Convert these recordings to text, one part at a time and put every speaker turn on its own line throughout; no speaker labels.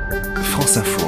France Info.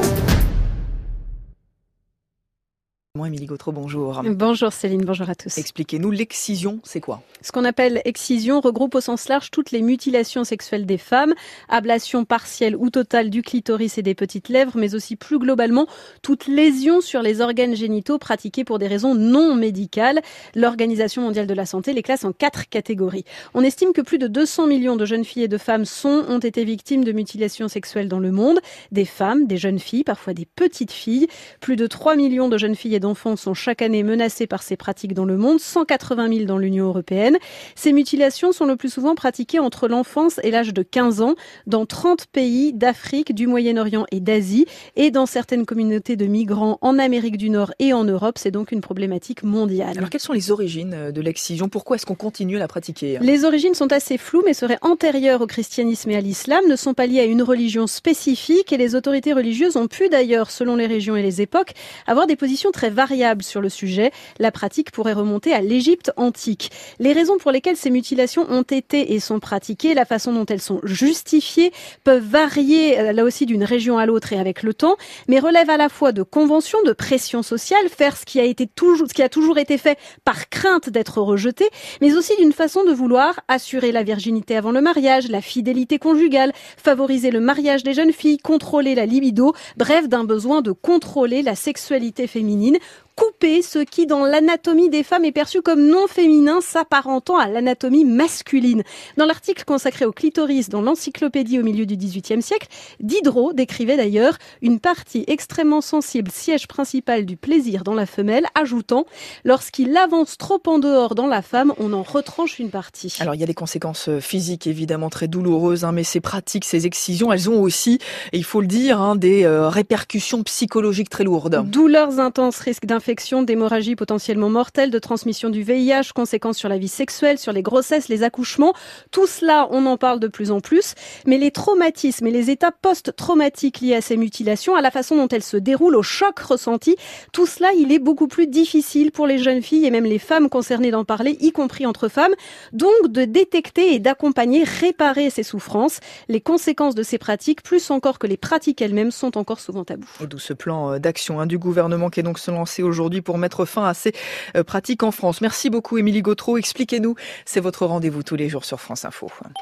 Moi, Émilie Gautreau, bonjour.
Bonjour Céline, bonjour à tous.
Expliquez-nous, l'excision, c'est quoi ?
Ce qu'on appelle excision regroupe au sens large toutes les mutilations sexuelles des femmes, ablation partielle ou totale du clitoris et des petites lèvres, mais aussi plus globalement toute lésion sur les organes génitaux pratiquées pour des raisons non médicales. L'Organisation mondiale de la santé les classe en 4 catégories. On estime que plus de 200 millions de jeunes filles et de femmes ont été victimes de mutilations sexuelles dans le monde. Des femmes, des jeunes filles, parfois des petites filles. Plus de 3 millions de jeunes filles et d'enfants sont chaque année menacés par ces pratiques dans le monde, 180 000 dans l'Union européenne. Ces mutilations sont le plus souvent pratiquées entre l'enfance et l'âge de 15 ans dans 30 pays d'Afrique, du Moyen-Orient et d'Asie et dans certaines communautés de migrants en Amérique du Nord et en Europe. C'est donc une problématique mondiale.
Alors, quelles sont les origines de l'excision ? Pourquoi est-ce qu'on continue à la pratiquer ?
Les origines sont assez floues mais seraient antérieures au christianisme et à l'islam, ne sont pas liées à une religion spécifique et les autorités religieuses ont pu d'ailleurs, selon les régions et les époques, avoir des positions très variables sur le sujet. La pratique pourrait remonter à l'Égypte antique. Les raisons pour lesquelles ces mutilations ont été et sont pratiquées, la façon dont elles sont justifiées, peuvent varier là aussi d'une région à l'autre et avec le temps, mais relèvent à la fois de conventions, de pression sociale, faire ce qui a toujours été fait par crainte d'être rejeté, mais aussi d'une façon de vouloir assurer la virginité avant le mariage, la fidélité conjugale, favoriser le mariage des jeunes filles, contrôler la libido, bref, d'un besoin de contrôler la sexualité féminine, couper ce qui, dans l'anatomie des femmes, est perçu comme non féminin, s'apparentant à l'anatomie masculine. Dans l'article consacré au clitoris dans l'encyclopédie au milieu du XVIIIe siècle, Diderot décrivait d'ailleurs une partie extrêmement sensible, siège principal du plaisir dans la femelle, ajoutant « Lorsqu'il avance trop en dehors dans la femme, on en retranche une partie ».
Alors, il y a des conséquences physiques évidemment très douloureuses, mais ces pratiques, ces excisions, elles ont aussi, et il faut le dire, des répercussions psychologiques très lourdes.
Douleurs intenses, risque d'infection, d'hémorragie potentiellement mortelle, de transmission du VIH, conséquences sur la vie sexuelle, sur les grossesses, les accouchements. Tout cela, on en parle de plus en plus. Mais les traumatismes et les états post-traumatiques liés à ces mutilations, à la façon dont elles se déroulent, au choc ressenti, tout cela, il est beaucoup plus difficile pour les jeunes filles et même les femmes concernées d'en parler, y compris entre femmes. Donc, de détecter et d'accompagner, réparer ces souffrances. Les conséquences de ces pratiques, plus encore que les pratiques elles-mêmes, sont encore souvent tabous.
Et d'où ce plan d'action du gouvernement qui est donc se lancer aujourd'hui pour mettre fin à ces pratiques en France. Merci beaucoup Émilie Gautreau. Expliquez-nous, c'est votre rendez-vous tous les jours sur France Info.